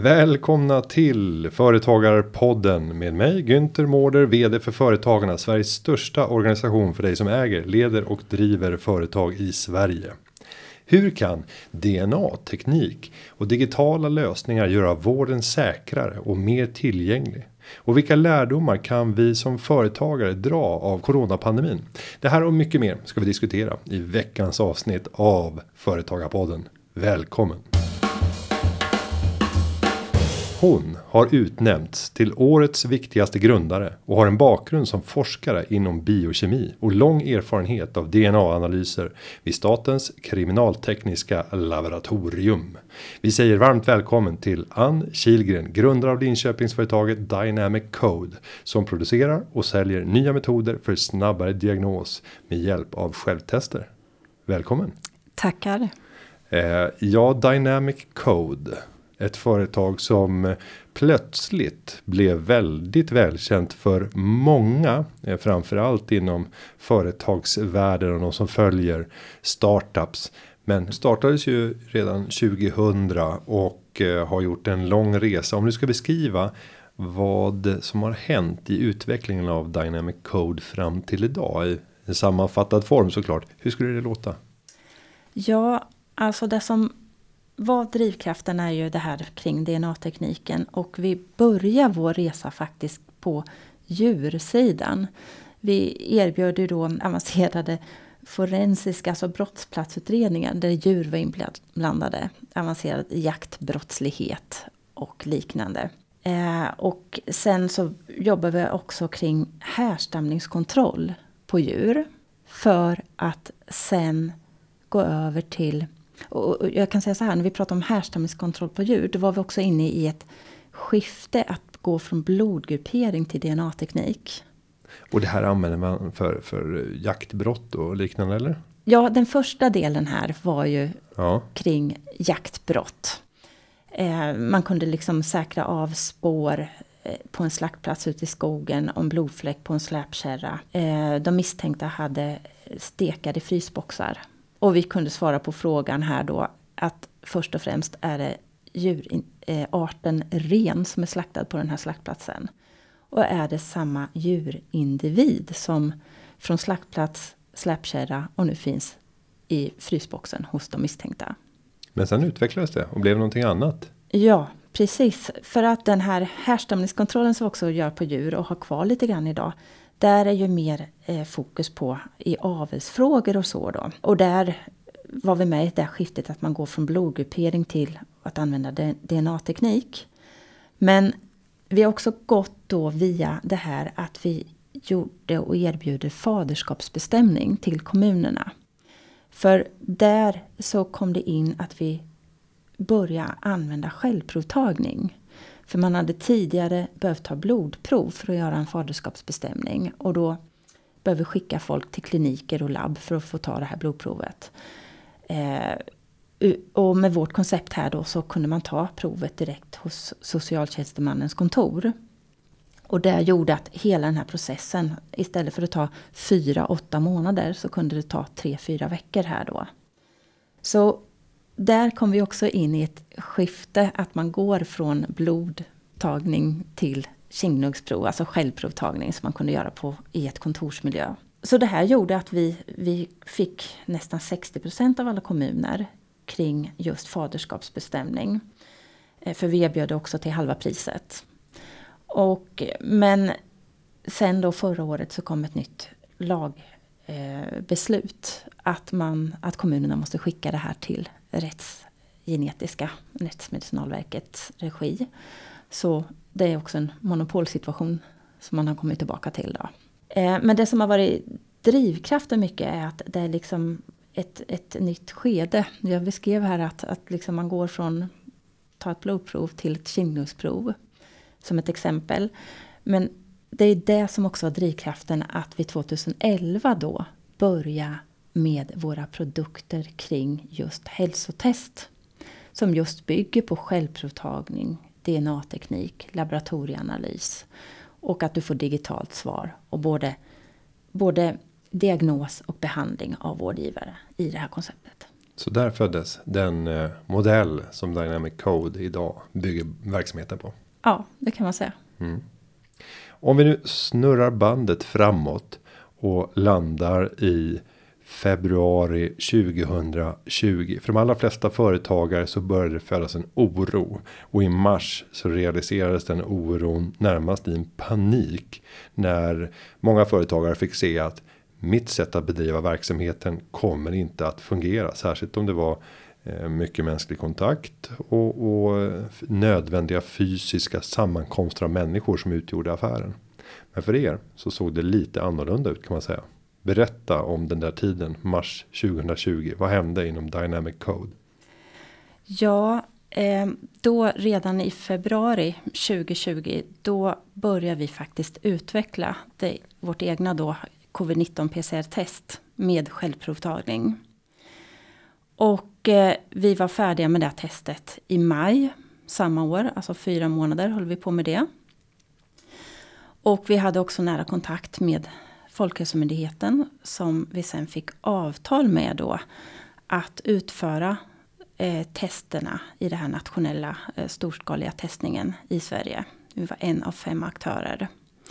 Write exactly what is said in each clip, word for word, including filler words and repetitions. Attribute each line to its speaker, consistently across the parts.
Speaker 1: Välkomna till Företagarpodden med mig Günther Mårder, vd för Företagarna, Sveriges största organisation för dig som äger, leder och driver företag i Sverige. Hur kan D N A-teknik och digitala lösningar göra vården säkrare och mer tillgänglig? Och vilka lärdomar kan vi som företagare dra av coronapandemin? Det här och mycket mer ska vi diskutera i veckans avsnitt av Företagarpodden. Välkommen! Hon har utnämnts till årets viktigaste grundare och har en bakgrund som forskare inom biokemi och lång erfarenhet av D N A-analyser vid Statens kriminaltekniska laboratorium. Vi säger varmt välkommen till Ann Kihlgren, grundare av Linköpingsföretaget Dynamic Code, som producerar och säljer nya metoder för snabbare diagnos med hjälp av självtester. Välkommen!
Speaker 2: Tackar!
Speaker 1: Eh, ja, Dynamic Code. Ett företag som plötsligt blev väldigt välkänt för många, framförallt inom företagsvärlden och de som följer startups. Men startades ju redan tjugohundra och har gjort en lång resa. Om du ska beskriva vad som har hänt i utvecklingen av Dynamic Code fram till idag i en sammanfattad form såklart. Hur skulle det låta?
Speaker 2: Ja, alltså det som var drivkraften är ju det här kring D N A-tekniken, och vi börjar vår resa faktiskt på djursidan. Vi erbjöd ju då avancerade forensiska, alltså brottsplatsutredningar där djur var inblandade, avancerad jaktbrottslighet och liknande. Eh, och sen så jobbar vi också kring härstamningskontroll på djur för att sen gå över till. Och jag kan säga så här, när vi pratar om härstamningskontroll på djur, då var vi också inne i ett skifte att gå från blodgruppering till D N A-teknik.
Speaker 1: Och det här använder man för, för jaktbrott och liknande, eller?
Speaker 2: Ja, den första delen här var ju
Speaker 1: ja. kring
Speaker 2: jaktbrott. Eh, man kunde liksom säkra av spår eh, på en slaktplats ute i skogen, om blodfläck på en släpkärra. Eh, de misstänkta hade stekade frysboxar. Och vi kunde svara på frågan här då att först och främst är det djurarten ren som är slaktad på den här slaktplatsen. Och är det samma djurindivid som från slaktplats, släpkärra och nu finns i frysboxen hos de misstänkta.
Speaker 1: Men sen utvecklades det och blev någonting annat.
Speaker 2: Ja, precis. För att den här härstamningskontrollen som också gör på djur och har kvar lite grann idag, där är ju mer eh, fokus på i avelsfrågor och så då. Och där var vi med i det skiftet att man går från blodgruppering till att använda D N A-teknik. Men vi har också gått då via det här att vi gjorde och erbjuder faderskapsbestämning till kommunerna. För där så kom det in att vi började använda självprovtagning. För man hade tidigare behövt ta blodprov för att göra en faderskapsbestämning. Och då behöver vi skicka folk till kliniker och labb för att få ta det här blodprovet. Eh, och med vårt koncept här då så kunde man ta provet direkt hos socialtjänstemannens kontor. Och det gjorde att hela den här processen, istället för att ta fyra, åtta månader, så kunde det ta tre, fyra veckor här då. Så där kom vi också in i ett skifte att man går från blodtagning till kindnuggsprov, alltså självprovtagning som man kunde göra på i ett kontorsmiljö. Så det här gjorde att vi, vi fick nästan sextio procent av alla kommuner kring just faderskapsbestämning. För vi erbjöd också till halva priset. Och, men sen då förra året så kom ett nytt lagbeslut att, man, att kommunerna måste skicka det här till rättsgenetiska, Rättsmedicinalverkets regi. Så det är också en monopolsituation som man har kommit tillbaka till då. Eh, men det som har varit drivkraften mycket är att det är liksom ett, ett nytt skede. Jag beskrev här att, att liksom man går från ta ett blodprov till ett kindnuggsprov som ett exempel. Men det är det som också var drivkraften att vi tjugoelva då börja med våra produkter kring just hälsotest. Som just bygger på självprovtagning, D N A-teknik, laboratorieanalys. Och att du får digitalt svar och både, både diagnos och behandling av vårdgivare i det här konceptet.
Speaker 1: Så där föddes den eh, modell som Dynamic Code idag bygger verksamheten på.
Speaker 2: Ja, det kan man säga.
Speaker 1: Mm. Om vi nu snurrar bandet framåt och landar i februari tjugohundratjugo. För de allra flesta företagare så började det födas en oro. Och i mars så realiserades den oron närmast i en panik. När många företagare fick se att mitt sätt att bedriva verksamheten kommer inte att fungera. Särskilt om det var mycket mänsklig kontakt och, och nödvändiga fysiska sammankomster av människor som utgjorde affären. Men för er så såg det lite annorlunda ut kan man säga. Berätta om den där tiden, mars tjugohundratjugo. Vad hände inom Dynamic Code?
Speaker 2: Ja, eh, då redan i februari tjugohundratjugo då började vi faktiskt utveckla det, vårt egna då covid nitton P C R-test med självprovtagning. Och eh, vi var färdiga med det testet i maj samma år, alltså fyra månader höll vi på med det. Och vi hade också nära kontakt med Folkhälsomyndigheten som vi sen fick avtal med då att utföra eh, testerna i den här nationella eh, storskaliga testningen i Sverige. Vi var en av fem aktörer.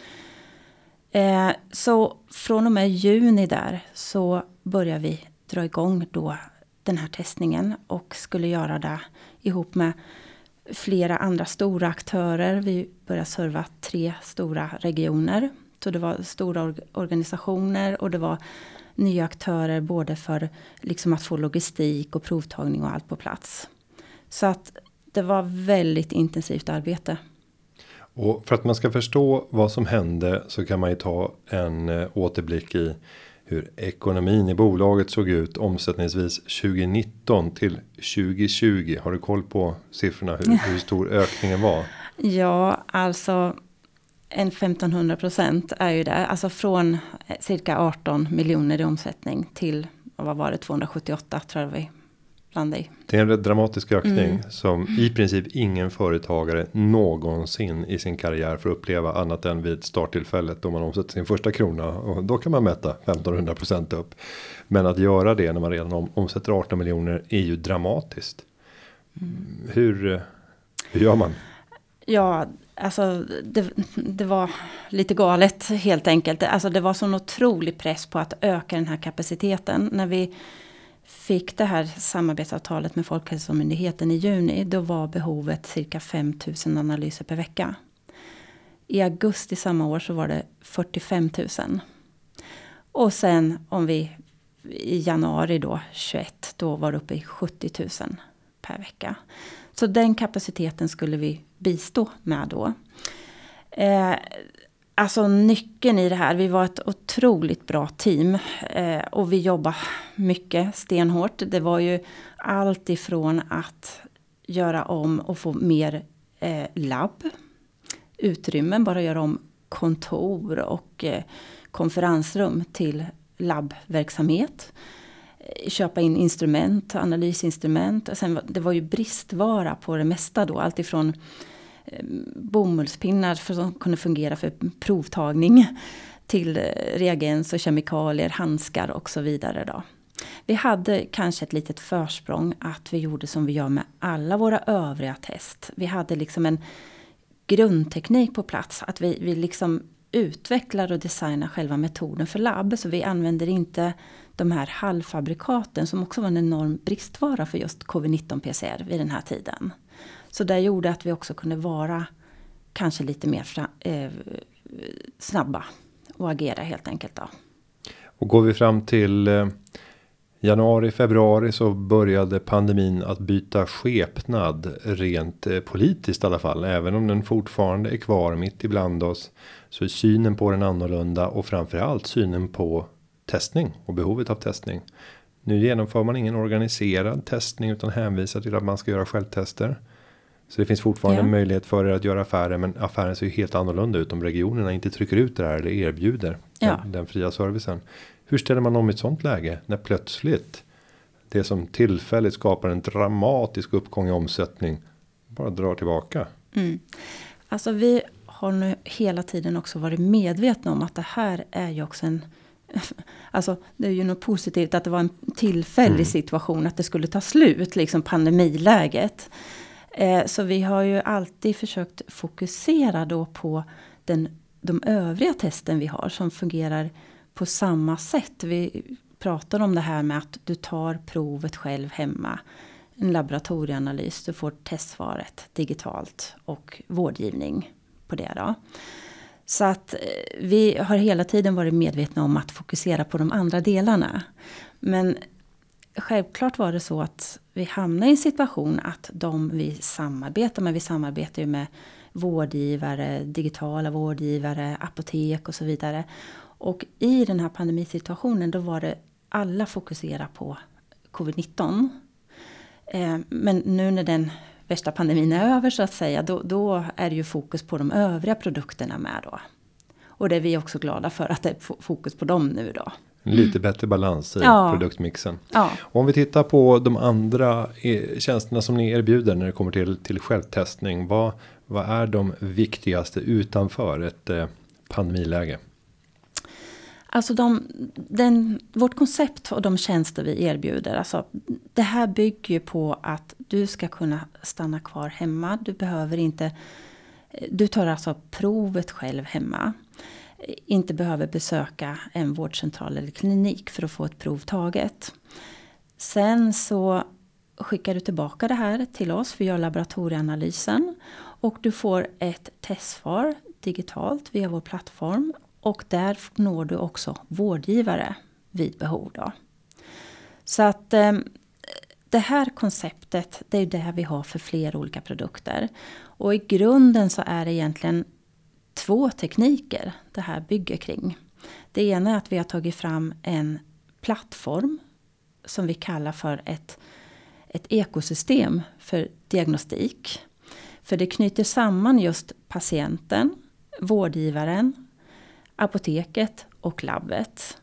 Speaker 2: Eh, så från och med juni där så började vi dra igång då den här testningen och skulle göra det ihop med flera andra stora aktörer. Vi började serva tre stora regioner. Så det var stora organisationer och det var nya aktörer både för liksom att få logistik och provtagning och allt på plats. Så att det var väldigt intensivt arbete.
Speaker 1: Och för att man ska förstå vad som hände så kan man ju ta en eh, återblick i hur ekonomin i bolaget såg ut omsättningsvis tjugonitton till tjugotjugo. Har du koll på siffrorna hur, hur stor ökningen var?
Speaker 2: Ja, alltså en femtonhundra procent är ju det. Alltså från cirka arton miljoner i omsättning till, vad var det, tvåhundrasjuttioåtta tror jag vi landade i.
Speaker 1: Det är en rätt dramatisk ökning
Speaker 2: Mm.
Speaker 1: som i princip ingen företagare någonsin i sin karriär får uppleva annat än vid starttillfället då man omsätter sin första krona. Och då kan man mäta femtonhundra procent upp. Men att göra det när man redan om, omsätter arton miljoner är ju dramatiskt. Mm. Hur, hur gör man?
Speaker 2: Ja, alltså det, det var lite galet helt enkelt. Alltså det var sån otrolig press på att öka den här kapaciteten. När vi fick det här samarbetsavtalet med Folkhälsomyndigheten i juni, då var behovet cirka fem tusen analyser per vecka. I augusti samma år så var det fyrtiofem tusen. Och sen om vi i januari då tjugoett, då var det uppe i sjuttio tusen per vecka. Så den kapaciteten skulle vi bistå med då. Eh, alltså nyckeln i det här, vi var ett otroligt bra team. Eh, och vi jobbade mycket stenhårt. Det var ju allt ifrån att göra om och få mer eh, labb. Utrymmen, bara göra om kontor och eh, konferensrum till labbverksamhet. Köpa in instrument, analysinstrument. Sen, det var ju bristvara på det mesta då. Allt ifrån eh, bomullspinnar för som kunde fungera för provtagning till eh, reagens och kemikalier, handskar och så vidare då. Vi hade kanske ett litet försprång att vi gjorde som vi gör med alla våra övriga test. Vi hade liksom en grundteknik på plats. Att vi, vi liksom utvecklar och designar själva metoden för labb. Så vi använder inte de här halvfabrikaten som också var en enorm bristvara för just covid nitton P C R vid den här tiden. Så det gjorde att vi också kunde vara kanske lite mer fra, eh, snabba och agera helt enkelt då.
Speaker 1: Och går vi fram till eh, januari, februari så började pandemin att byta skepnad rent eh, politiskt i alla fall. Även om den fortfarande är kvar mitt ibland oss så är synen på den annorlunda och framförallt synen på testning och behovet av testning. Nu genomför man ingen organiserad testning utan hänvisar till att man ska göra självtester. Så det finns fortfarande
Speaker 2: Ja.
Speaker 1: en möjlighet för er att göra affärer, men affären ser ju helt annorlunda ut om regionerna inte trycker ut det här eller erbjuder
Speaker 2: Ja.
Speaker 1: den, den fria servicen. Hur ställer man om i ett sånt läge när plötsligt det som tillfälligt skapar en dramatisk uppgång i omsättning bara drar tillbaka?
Speaker 2: Mm. Alltså vi har nu hela tiden också varit medvetna om att det här är ju också en alltså det är ju något positivt att det var en tillfällig mm. situation, att det skulle ta slut, liksom pandemiläget. Eh, så vi har ju alltid försökt fokusera då på den, de övriga testen vi har som fungerar på samma sätt. Vi pratar om det här med att du tar provet själv hemma. En laboratorieanalys, du får testsvaret digitalt och vårdgivning på det då. Så att vi har hela tiden varit medvetna om att fokusera på de andra delarna. Men självklart var det så att vi hamnade i en situation att de vi samarbetar med, vi samarbetar ju med vårdgivare, digitala vårdgivare, apotek och så vidare. Och i den här pandemisituationen då var det alla fokusera på covid nitton. Eh, men nu när den värsta pandemin är över så att säga, då, då är det ju fokus på de övriga produkterna med då. Och det är vi också glada för att det är fokus på dem nu då.
Speaker 1: Lite bättre balans i
Speaker 2: ja.
Speaker 1: produktmixen.
Speaker 2: Ja.
Speaker 1: Om vi tittar på de andra tjänsterna som ni erbjuder när det kommer till, till självtestning. Vad, vad är de viktigaste utanför ett eh, pandemiläge?
Speaker 2: Alltså de, den, vårt koncept och de tjänster vi erbjuder, alltså det här bygger ju på att du ska kunna stanna kvar hemma. Du behöver inte, du tar alltså provet själv hemma. Inte behöver besöka en vårdcentral eller klinik för att få ett prov taget. Sen så skickar du tillbaka det här till oss. Vi gör laboratorieanalysen och du får ett testsvar digitalt via vår plattform. Och där når du också vårdgivare vid behov då. Så att eh, det här konceptet, det är det vi har för fler olika produkter. Och i grunden så är det egentligen två tekniker det här bygger kring. Det ena är att vi har tagit fram en plattform som vi kallar för ett, ett ekosystem för diagnostik. För det knyter samman just patienten, vårdgivaren, apoteket och labbet.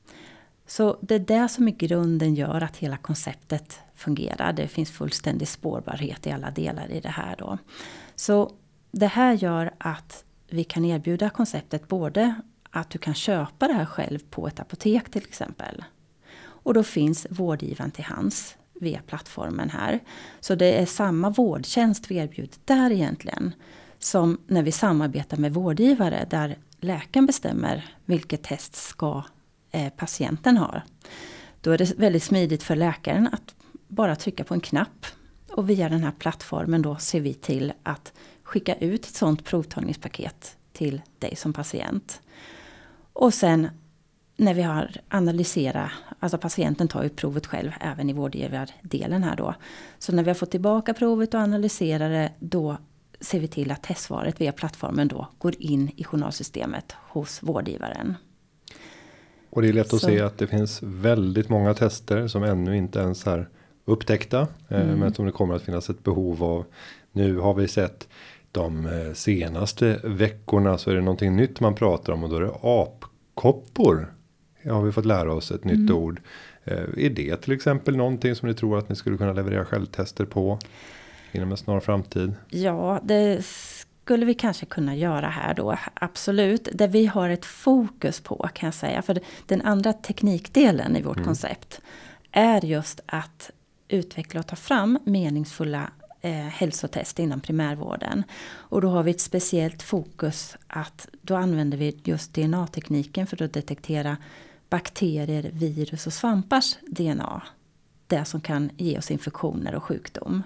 Speaker 2: Så det är det som i grunden gör att hela konceptet fungerar. Det finns fullständig spårbarhet i alla delar i det här då. Så det här gör att vi kan erbjuda konceptet både att du kan köpa det här själv på ett apotek till exempel. Och då finns vårdgivaren till hands via plattformen här. Så det är samma vårdtjänst vi erbjuder där egentligen som när vi samarbetar med vårdgivare där läkaren bestämmer vilket test ska eh, patienten ha. Då är det väldigt smidigt för läkaren att bara trycka på en knapp. Och via den här plattformen då ser vi till att skicka ut ett sådant provtagningspaket till dig som patient. Och sen när vi har analyserat, alltså patienten tar ut provet själv även i vårdgivardelen här då. Så när vi har fått tillbaka provet och analyserar det, då ser vi till att testsvaret via plattformen då går in i journalsystemet hos vårdgivaren.
Speaker 1: Och det är lätt att
Speaker 2: Så.
Speaker 1: se att det finns väldigt många tester som ännu inte ens är upptäckta. Mm. Men som det kommer att finnas ett behov av. Nu har vi sett de senaste veckorna så är det någonting nytt man pratar om. Och då är det apkoppor. Ja, har vi fått lära oss ett mm. nytt ord. Är det till exempel någonting som ni tror att ni skulle kunna leverera självtester på inom en snar framtid?
Speaker 2: Ja, det skulle vi kanske kunna göra här då. Absolut. Det vi har ett fokus på kan jag säga. För den andra teknikdelen i vårt mm. koncept är just att utveckla och ta fram meningsfulla eh, hälsotest inom primärvården. Och då har vi ett speciellt fokus att då använder vi just D N A-tekniken för att detektera bakterier, virus och svampars D N A. Det som kan ge oss infektioner och sjukdom.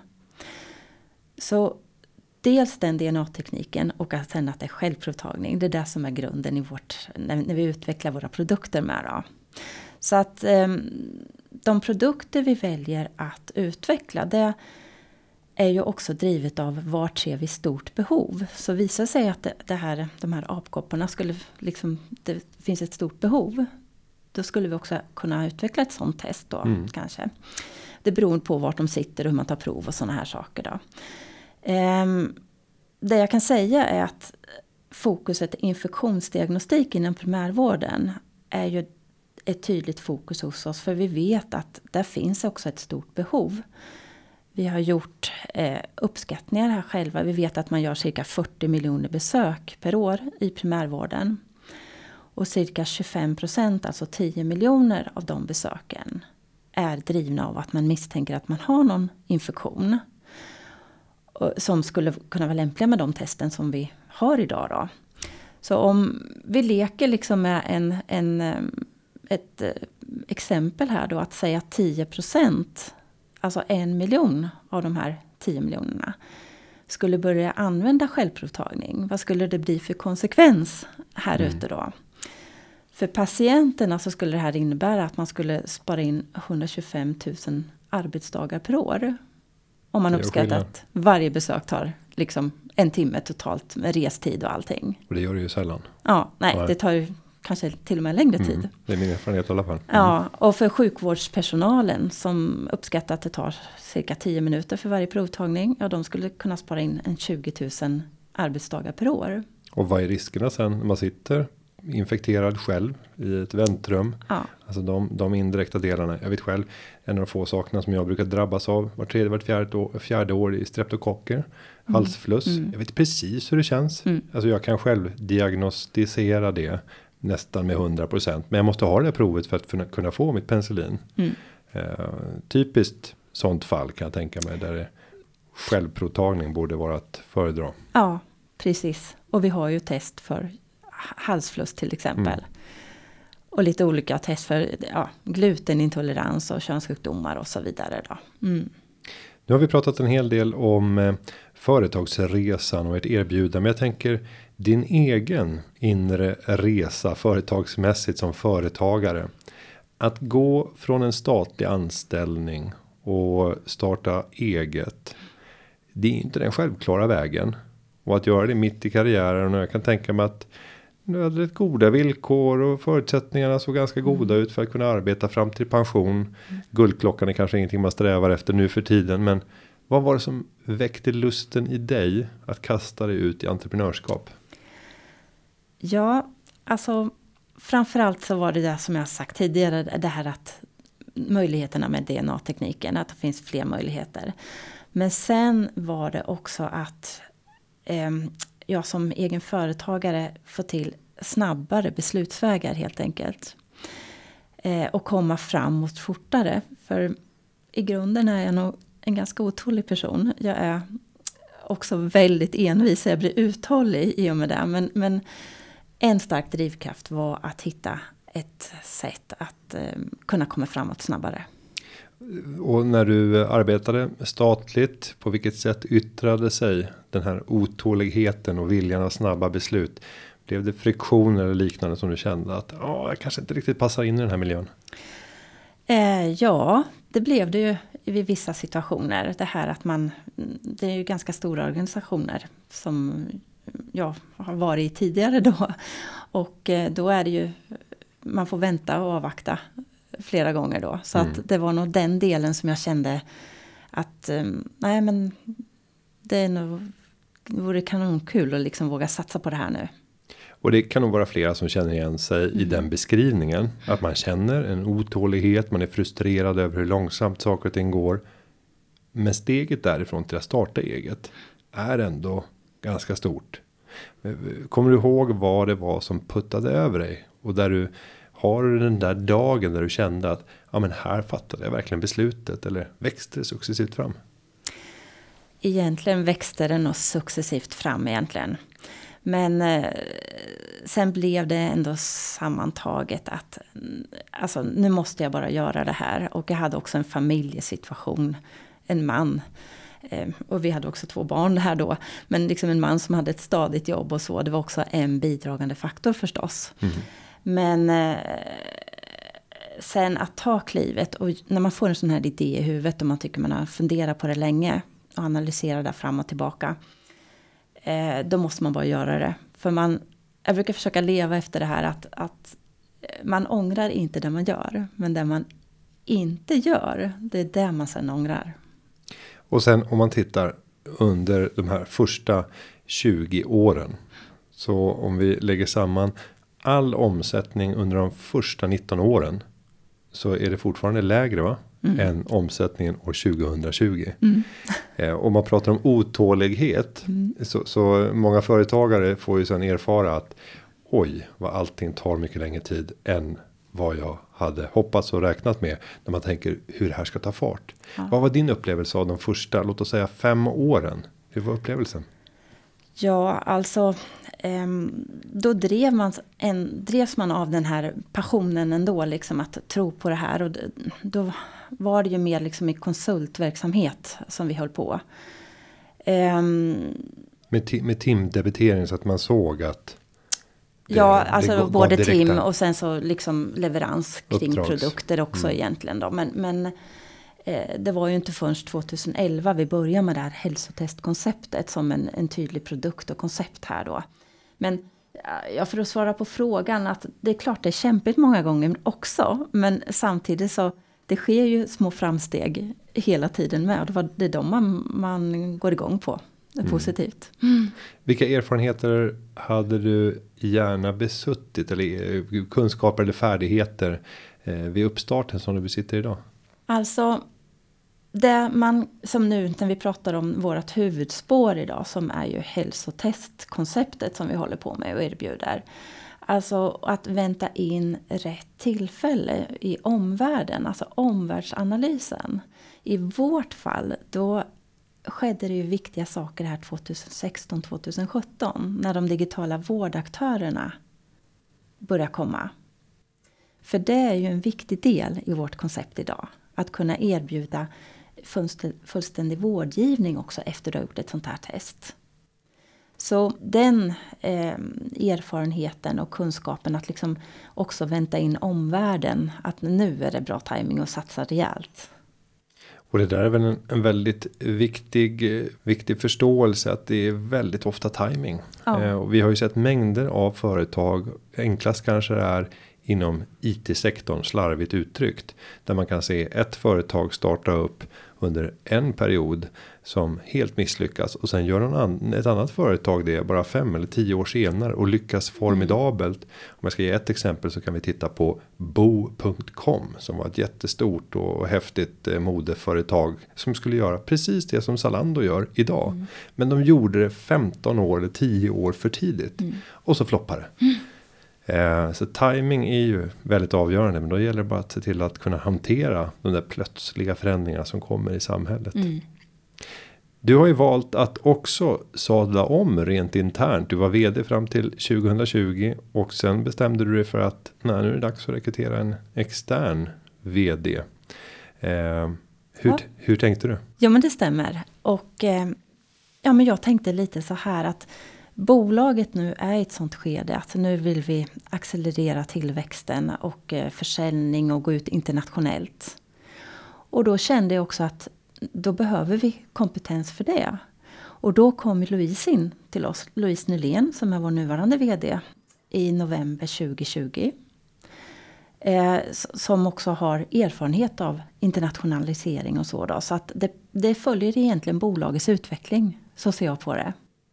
Speaker 2: Så dels den D N A-tekniken och att sen att det är självprovtagning. Det är det som är grunden i vårt, när, när vi utvecklar våra produkter med då. Så att eh, de produkter vi väljer att utveckla, det är ju också drivet av vart ser vi stort behov. Så visar sig att det, det här, de här apkopporna skulle liksom, det finns ett stort behov. Då skulle vi också kunna utveckla ett sånt test då mm. kanske. Det beror på vart de sitter och hur man tar prov och sådana här saker då. Um, det jag kan säga är att fokuset infektionsdiagnostik inom primärvården är ju ett tydligt fokus hos oss. För vi vet att där finns också ett stort behov. Vi har gjort eh, uppskattningar här själva. Vi vet att man gör cirka fyrtio miljoner besök per år i primärvården. Och cirka tjugofem procent, alltså tio miljoner av de besöken är drivna av att man misstänker att man har någon infektion. Som skulle kunna vara lämpliga med de testen som vi har idag då. Så om vi leker liksom med en, en, ett exempel här då, att säga att tio procent, alltså en miljon av de här tio miljonerna skulle börja använda självprovtagning. Vad skulle det bli för konsekvens här mm. ute då? För patienterna så skulle det här innebära att man skulle spara in hundratjugofem tusen arbetsdagar per år. Om man uppskattar att varje besök tar liksom en timme totalt med restid och allting.
Speaker 1: Och det gör det ju sällan.
Speaker 2: Ja, nej, nej. Det tar ju kanske till och med längre tid.
Speaker 1: Mm, det är min erfarenhet i alla fall. Mm.
Speaker 2: Ja, och för sjukvårdspersonalen som uppskattar att det tar cirka tio minuter för varje provtagning. Ja, de skulle kunna spara in en tjugo tusen arbetsdagar per år.
Speaker 1: Och vad är riskerna sen när man sitter infekterad själv i ett väntrum?
Speaker 2: Ja.
Speaker 1: Alltså de, de indirekta delarna. Jag vet själv, en av de få sakerna som jag brukar drabbas av var tredje, var fjärde år, fjärde år i streptokocker, mm. halsfluss. Mm. Jag vet precis hur det känns. Mm. Alltså jag kan själv diagnostisera det nästan med hundra procent. Men jag måste ha det här provet för att kunna få mitt penicillin. Mm. Uh, typiskt sånt fall kan jag tänka mig där det, självprovtagning borde vara att föredra.
Speaker 2: Ja, precis. Och vi har ju test för halsfluss till exempel. Mm. Och lite olika test för ja, glutenintolerans och könssjukdomar och så vidare då. Mm.
Speaker 1: Nu har vi pratat en hel del om eh, företagsresan och ett erbjudande. Men jag tänker din egen inre resa företagsmässigt som företagare. Att gå från en statlig anställning och starta eget. Det är inte den självklara vägen. Och att göra det mitt i karriären. Och jag kan tänka mig att nu hade det goda villkor och förutsättningarna såg ganska goda ut för att kunna arbeta fram till pension. Mm. Guldklockan är kanske ingenting man strävar efter nu för tiden. Men vad var det som väckte lusten i dig att kasta dig ut i entreprenörskap?
Speaker 2: Ja, alltså framförallt så var det det som jag sagt tidigare. Det här att möjligheterna med D N A-tekniken. Att det finns fler möjligheter. Men sen var det också att eh, jag som egen företagare får till snabbare beslutsvägar helt enkelt. Eh, och komma framåt fortare. För i grunden är jag nog en ganska otålig person. Jag är också väldigt envis så jag blir uthållig i och med det. Men, men en stark drivkraft var att hitta ett sätt att eh, kunna komma framåt snabbare.
Speaker 1: Och när du arbetade statligt, på vilket sätt yttrade sig den här otåligheten och viljan av snabba beslut? Blev det friktion eller liknande som du kände att ja, jag kanske inte riktigt passar in i den här miljön?
Speaker 2: Eh, ja, det blev det ju i vissa situationer. Det här att man, det är ju ganska stora organisationer som jag har varit i tidigare då. Och eh, då är det ju, man får vänta och avvakta flera gånger då. Så mm. att det var nog den delen som jag kände att um, nej men det är nog, det vore kanonkul att liksom våga satsa på det här nu.
Speaker 1: Och det kan nog vara flera som känner igen sig mm. i den beskrivningen. Att man känner en otålighet, man är frustrerad över hur långsamt saker och ting går. Men steget därifrån till att starta eget är ändå ganska stort. Kommer du ihåg vad det var som puttade över dig? Och där du har du den där dagen där du kände att ja, men här fattade jag verkligen beslutet, eller växte det successivt fram?
Speaker 2: Egentligen växte det nog successivt fram egentligen. Men eh, sen blev det ändå sammantaget att alltså, nu måste jag bara göra det här. Och jag hade också en familjesituation, en man. Eh, och vi hade också två barn här då. Men liksom en man som hade ett stadigt jobb och så. Det var också en bidragande faktor förstås. Mm. Men eh, sen att ta klivet och när man får en sån här idé i huvudet och man tycker man har funderat på det länge och analyserat det fram och tillbaka. Eh, då måste man bara göra det. För man, jag brukar försöka leva efter det här att, att man ångrar inte det man gör. Men det man inte gör, det är det man sen ångrar.
Speaker 1: Och sen om man tittar under de här första tjugo åren. Så om vi lägger samman all omsättning under de första nitton åren så är det fortfarande lägre va? Mm. Än omsättningen år tjugohundratjugo. Mm. Eh, om man pratar om otålighet mm. så, så många företagare får ju sedan erfara att oj vad allting tar mycket längre tid än vad jag hade hoppats och räknat med. När man tänker hur det här ska ta fart. Ja. Vad var din upplevelse av de första, låt oss säga fem åren? Hur var upplevelsen?
Speaker 2: Ja, alltså då drev man en, drevs man av den här passionen ändå, liksom att tro på det här. Och då var det ju mer liksom i konsultverksamhet som vi höll på. Um,
Speaker 1: med, med timdebitering så att man såg att det,
Speaker 2: ja, alltså
Speaker 1: det
Speaker 2: både tim och sen så liksom leverans kring
Speaker 1: uppdrags.
Speaker 2: produkter också mm. egentligen då. Men, men eh, det var ju inte förrän tjugoelva vi började med det här hälsotestkonceptet som en, en tydlig produkt och koncept här då. Men ja, för att svara på frågan, att det är klart det är kämpigt många gånger också. Men samtidigt så det sker ju små framsteg hela tiden med. Och det, var, det är de man, man går igång på. Det är mm. positivt. Mm.
Speaker 1: Vilka erfarenheter hade du gärna besuttit? Eller kunskaper eller färdigheter eh, vid uppstarten som du besitter idag?
Speaker 2: Alltså det man, som nu när vi pratar om vårt huvudspår idag, som är ju hälsotestkonceptet som vi håller på med och erbjuder. Alltså att vänta in rätt tillfälle i omvärlden, alltså omvärldsanalysen. I vårt fall då skedde det ju viktiga saker här tjugohundrasexton tjugosjutton när de digitala vårdaktörerna börjar komma. För det är ju en viktig del i vårt koncept idag. Att kunna erbjuda fullständig vårdgivning också efter att du har gjort ett sånt här test. Så den eh, erfarenheten och kunskapen att liksom också vänta in omvärlden, att nu är det bra timing att satsa rejält.
Speaker 1: Och det där är väl en, en väldigt viktig, viktig förståelse att det är väldigt ofta timing. Ja. Eh, och vi har ju sett mängder av företag, enklast kanske det är inom I T-sektorn, slarvigt uttryckt. Där man kan se ett företag starta upp under en period som helt misslyckas. Och sen gör an, ett annat företag det bara fem eller tio år senare och lyckas formidabelt. Om jag ska ge ett exempel så kan vi titta på bo punkt com som var ett jättestort och häftigt modeföretag som skulle göra precis det som Zalando gör idag. Mm. Men de gjorde det femton år eller tio år för tidigt. Mm. Och så floppade det. Mm. Så timing är ju väldigt avgörande, men då gäller det bara att se till att kunna hantera de där plötsliga förändringarna som kommer i samhället. Mm. Du har ju valt att också sadla om rent internt. Du var vd fram till tjugohundratjugo och sen bestämde du dig för att nej, nu är det dags att rekrytera en extern vd. Eh, hur, ja. hur tänkte du?
Speaker 2: Ja, men det stämmer. Och eh, ja, men jag tänkte lite så här att bolaget nu är i ett sånt skede att nu vill vi accelerera tillväxten och försäljning och gå ut internationellt. Och då kände jag också att då behöver vi kompetens för det. Och då kom Louise in till oss, Louise Nylén som är vår nuvarande vd i november tjugohundratjugo. Eh, som också har erfarenhet av internationalisering och så då. Så att det, det följer egentligen bolagets utveckling, så ser jag på det.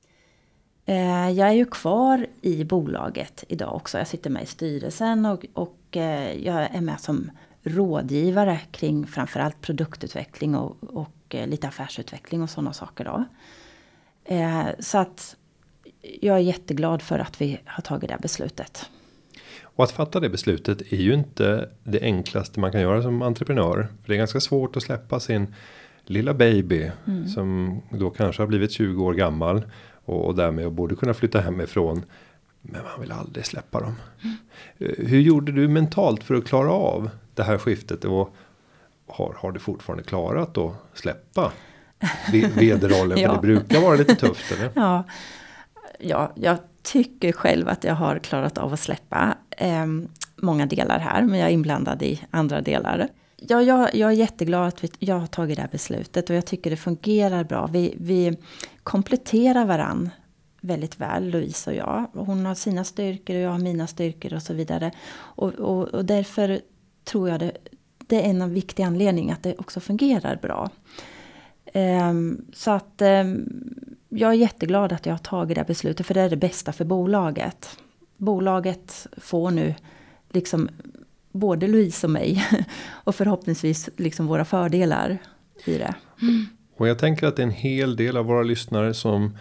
Speaker 2: Jag är ju kvar i bolaget idag också. Jag sitter med i styrelsen och, och jag är med som rådgivare kring framförallt produktutveckling och, och lite affärsutveckling och sådana saker då. Så att jag är jätteglad för att vi har tagit det här beslutet.
Speaker 1: Och att fatta det beslutet är ju inte det enklaste man kan göra som entreprenör. För det är ganska svårt att släppa sin lilla baby mm. som då kanske har blivit tjugo år gammal. Och därmed borde kunna flytta hemifrån. Men man vill aldrig släppa dem. Mm. Hur gjorde du mentalt för att klara av det här skiftet? Och har, har du fortfarande klarat att släppa vd-rollen? Ja. För det brukar vara lite tufft, eller?
Speaker 2: Ja, ja, jag tycker själv att jag har klarat av att släppa eh, många delar här. Men jag är inblandad i andra delar. Ja, jag, jag är jätteglad att vi, jag har tagit det här beslutet och jag tycker det fungerar bra. Vi, vi kompletterar varann väldigt väl, Louise och jag. Hon har sina styrkor och jag har mina styrkor och så vidare. Och, och, och därför tror jag det, det är en viktig anledning att det också fungerar bra. Um, så att um, jag är jätteglad att jag har tagit det här beslutet för det är det bästa för bolaget. Bolaget får nu liksom både Louise och mig och förhoppningsvis liksom våra fördelar i det. Mm.
Speaker 1: Och jag tänker att det är en hel del av våra lyssnare som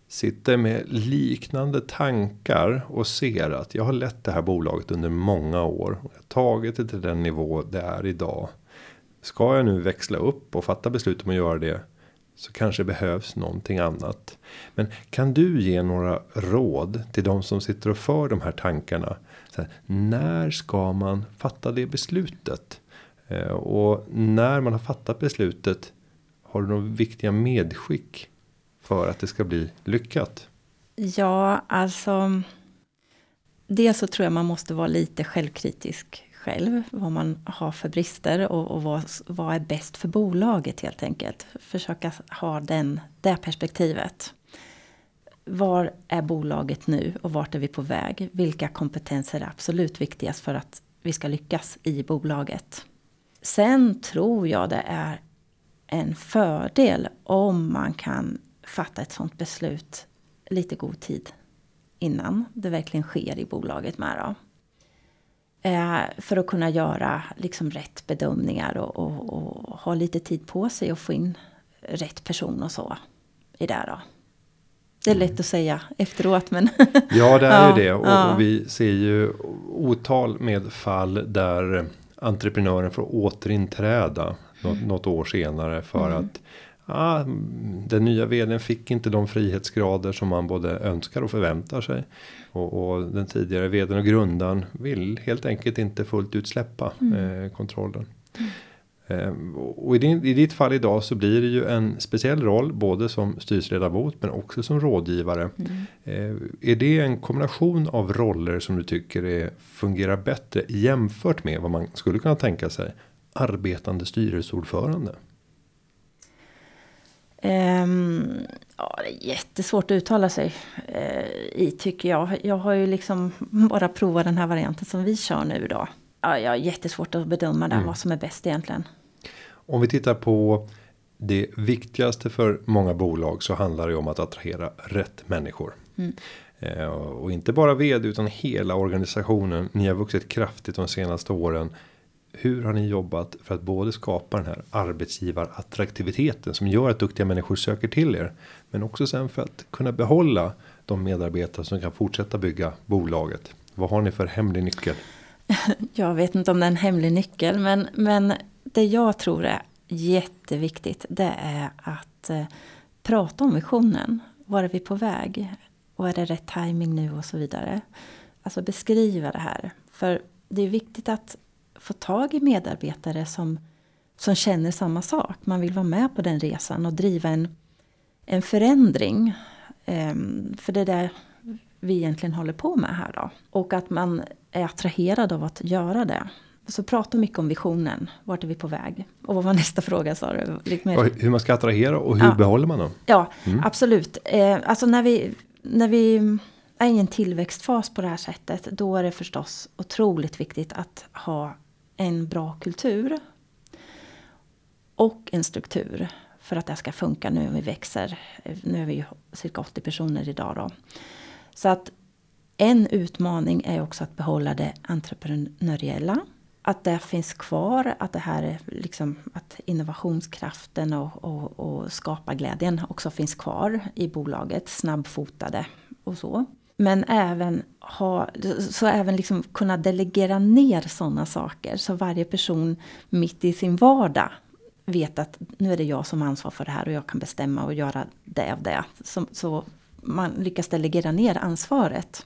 Speaker 1: sitter med liknande tankar och ser att jag har lett det här bolaget under många år. Jag har tagit det till den nivå det är idag. Ska jag nu växla upp och fatta beslut om att göra det, så kanske behövs någonting annat. Men kan du ge några råd till de som sitter och för de här tankarna? Så här, när ska man fatta det beslutet? Eh, och när man har fattat beslutet, har du några viktiga medskick för att det ska bli lyckat?
Speaker 2: Ja, alltså. Dels så tror jag man måste vara lite självkritisk själv. Vad man har för brister och, och vad, vad är bäst för bolaget helt enkelt. Försöka ha den, det perspektivet. Var är bolaget nu och vart är vi på väg? Vilka kompetenser är absolut viktigast för att vi ska lyckas i bolaget? Sen tror jag det är en fördel om man kan fatta ett sånt beslut lite god tid innan det verkligen sker i bolaget med då. Eh, för att kunna göra liksom rätt bedömningar och, och, och ha lite tid på sig och få in rätt person och så i det då. Det är lätt att säga efteråt, men
Speaker 1: ja, det är
Speaker 2: ja,
Speaker 1: ju det. Och,
Speaker 2: ja.
Speaker 1: och vi ser ju otal med fall där entreprenören får återinträda något, något år senare för
Speaker 2: Mm.
Speaker 1: att ah, den nya vdn fick inte de frihetsgrader som man både önskar och förväntar sig. Och, och den tidigare vdn och grundaren vill helt enkelt inte fullt ut släppa
Speaker 2: Mm.
Speaker 1: eh, kontrollen.
Speaker 2: Mm.
Speaker 1: Eh, och i, din, i ditt fall idag så blir det ju en speciell roll både som styrelseledamot men också som rådgivare.
Speaker 2: Mm.
Speaker 1: Eh, är det en kombination av roller som du tycker är, fungerar bättre jämfört med vad man skulle kunna tänka sig arbetande styrelseordförande?
Speaker 2: Um, ja, det är jättesvårt att uttala sig uh, i tycker jag. Jag har ju liksom bara provat den här varianten som vi kör nu då. Ja, jag har jättesvårt att bedöma där,
Speaker 1: Mm.
Speaker 2: vad som är bäst egentligen.
Speaker 1: Om vi tittar på det viktigaste för många bolag så handlar det om att attrahera rätt människor.
Speaker 2: Mm.
Speaker 1: Eh, och inte bara vd utan hela organisationen. Ni har vuxit kraftigt de senaste åren. Hur har ni jobbat för att både skapa den här arbetsgivarattraktiviteten som gör att duktiga människor söker till er, men också sen för att kunna behålla de medarbetare som kan fortsätta bygga bolaget? Vad har ni för hemlig nyckel?
Speaker 2: Jag vet inte om det är en hemlig nyckel, men, men det jag tror är jätteviktigt, det är att eh, prata om visionen. Var är vi på väg? Och är det rätt timing nu och så vidare? Alltså beskriva det här. För det är viktigt att få tag i medarbetare som, som känner samma sak. Man vill vara med på den resan och driva en, en förändring. Um, för det är det vi egentligen håller på med här då. Och att man är attraherad av att göra det. Så prata mycket om visionen. Vart är vi på väg? Och vad var nästa fråga, sa du? Lite mer.
Speaker 1: Hur man ska attrahera och hur
Speaker 2: Ja.
Speaker 1: behåller man dem?
Speaker 2: Ja,
Speaker 1: Mm.
Speaker 2: absolut. Eh, alltså när vi, när vi är i en tillväxtfas på det här sättet, då är det förstås otroligt viktigt att ha en bra kultur och en struktur för att det ska funka nu när vi växer. Nu är vi ju cirka åttio personer idag då. Så att en utmaning är också att behålla det entreprenöriella. Att det finns kvar, att det här är liksom att innovationskraften och, och, och skaparglädjen också finns kvar i bolaget, snabbfotade och så. Men även ha, så även liksom kunna delegera ner sådana saker så varje person mitt i sin vardag vet att nu är det jag som har ansvar för det här och jag kan bestämma och göra det av det. Så, så man lyckas delegera ner ansvaret.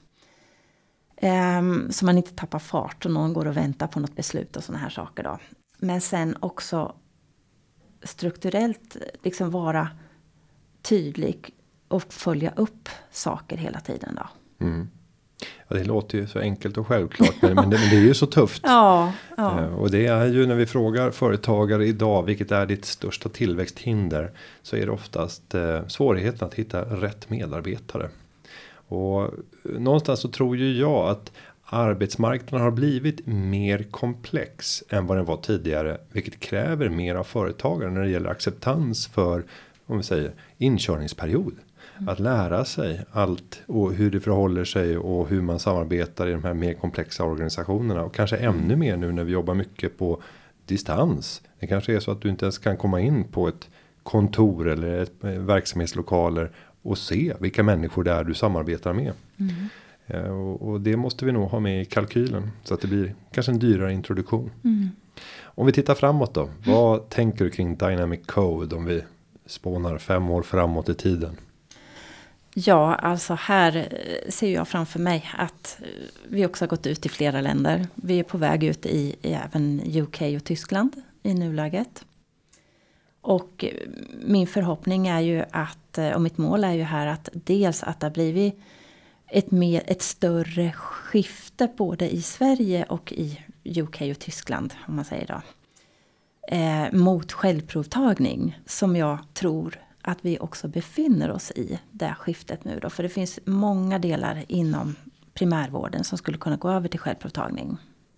Speaker 2: Um, så man inte tappar fart och någon går och väntar på något beslut och såna här saker då. Men sen också strukturellt liksom vara tydlig och följa upp saker hela tiden då.
Speaker 1: Mm. Ja, det låter ju så enkelt och självklart, men, men, det, men det är ju så tufft.
Speaker 2: Ja, ja.
Speaker 1: Eh, och det är ju när vi frågar företagare idag, vilket är ditt största tillväxthinder, så är det oftast eh, svårigheten att hitta rätt medarbetare. Och någonstans så tror ju jag att arbetsmarknaden har blivit mer komplex än vad den var tidigare, vilket kräver mer av företagare när det gäller acceptans för, om vi säger, inkörningsperiod. Mm. Att lära sig allt och hur det förhåller sig och hur man samarbetar i de här mer komplexa organisationerna. Och kanske ännu mer nu när vi jobbar mycket på distans. Det kanske är så att du inte ens kan komma in på ett kontor eller ett verksamhetslokaler och se vilka människor det är du samarbetar med. Mm. Eh, och, och det måste vi nog ha med i kalkylen så att det blir kanske en dyrare introduktion. Mm. Om vi tittar framåt då, vad mm. tänker du kring Dynamic Code om vi spånar fem år framåt i tiden?
Speaker 2: Ja, alltså här ser jag framför mig att vi också har gått ut i flera länder. Vi är på väg ut i, i även U K och Tyskland i nuläget. Och min förhoppning är ju att, och mitt mål är ju här att dels att det har blivit ett, mer, ett större skifte både i Sverige och i U K och Tyskland, om man säger då. Eh, mot självprovtagning som jag tror att vi också befinner oss i det skiftet nu då. För det finns många delar inom primärvården som skulle kunna gå över till självprovtagning.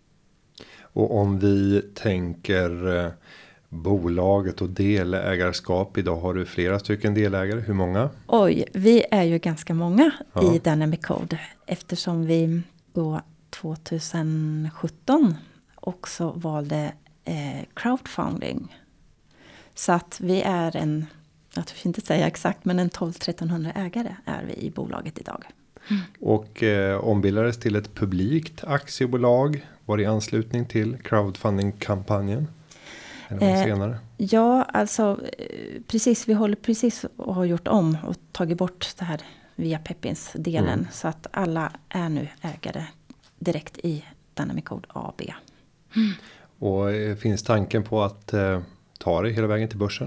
Speaker 1: Och om vi tänker eh, bolaget och delägarskap, idag har du flera stycken delägare, hur många? Oj,
Speaker 2: vi är ju ganska många ja. i Dynamic Code eftersom vi då tjugohundrasjutton också valde eh, crowdfunding. Så att vi är en, jag tror inte säga exakt, men en tolv till trettonhundra ägare är vi i bolaget idag.
Speaker 1: Mm. Och eh, ombildades till ett publikt aktiebolag, var det i anslutning till crowdfunding-kampanjen? Eller eh, senare?
Speaker 2: Ja, alltså precis, vi håller precis och har gjort om och tagit bort det här via Pepins-delen mm. så att alla är nu ägare direkt i Dynamic Code A B.
Speaker 1: Mm. Och eh, finns tanken på att eh, ta det hela vägen till börsen?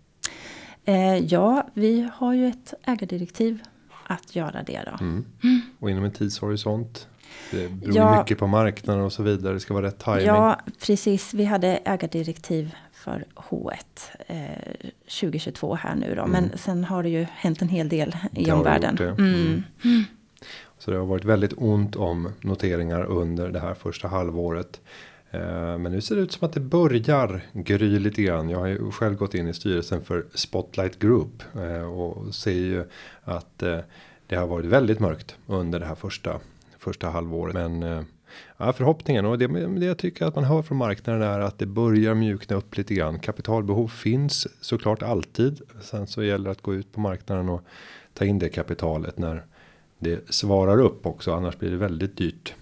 Speaker 2: Eh, ja, vi har ju ett ägardirektiv att göra det då. Mm.
Speaker 1: Mm. Och inom en tidshorisont? Det beror ja, mycket på marknaden och så vidare. Det ska vara rätt timing.
Speaker 2: Ja, precis. Vi hade ägardirektiv för H ett eh, tjugohundratjugotvå här nu då. Mm. Men sen har det ju hänt en hel del i det omvärlden.
Speaker 1: Det. Mm. Mm. Så det har varit väldigt ont om noteringar under det här första halvåret. Men nu ser det ut som att det börjar gry lite grann. Jag har ju själv gått in i styrelsen för Spotlight Group och ser ju att det har varit väldigt mörkt under det här första, första halvåret. Men ja, förhoppningen och det, det jag tycker att man hör från marknaden är att det börjar mjukna upp lite grann. Kapitalbehov finns såklart alltid. Sen så gäller det att gå ut på marknaden och ta in det kapitalet när det svarar upp också. Annars blir det väldigt dyrt.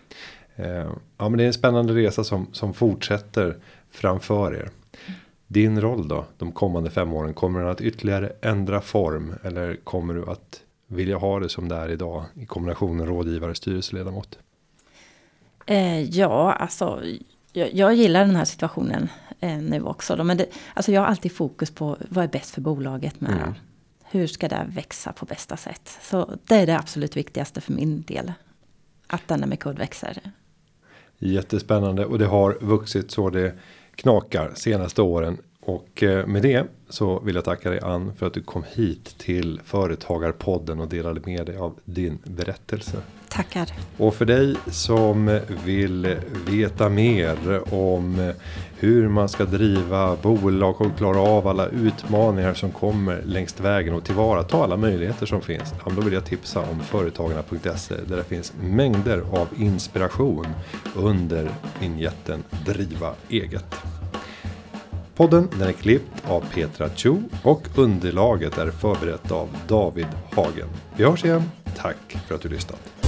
Speaker 1: Ja, men det är en spännande resa som, som fortsätter framför er. Din roll då, de kommande fem åren, kommer den att ytterligare ändra form eller kommer du att vilja ha det som det är idag i kombinationen rådgivare, styrelseledamot?
Speaker 2: Eh, ja, alltså jag, jag gillar den här situationen eh, nu också. Då, men det, alltså jag har alltid fokus på vad är bäst för bolaget med mm. hur ska det växa på bästa sätt. Så det är det absolut viktigaste för min del, att Dynamic Code växer.
Speaker 1: Jättespännande och det har vuxit så det knakar senaste åren. Och med det så vill jag tacka dig Ann för att du kom hit till Företagarpodden och delade med dig av din berättelse.
Speaker 2: Tackar.
Speaker 1: Och för dig som vill veta mer om hur man ska driva bolag och klara av alla utmaningar som kommer längs vägen och tillvarata alla möjligheter som finns. Då vill jag tipsa om företagarna punkt se där det finns mängder av inspiration under vignetten Driva eget. Podden den är klippt av Petra Chu och underlaget är förberett av David Hagen. Vi hörs igen. Tack för att du lyssnat.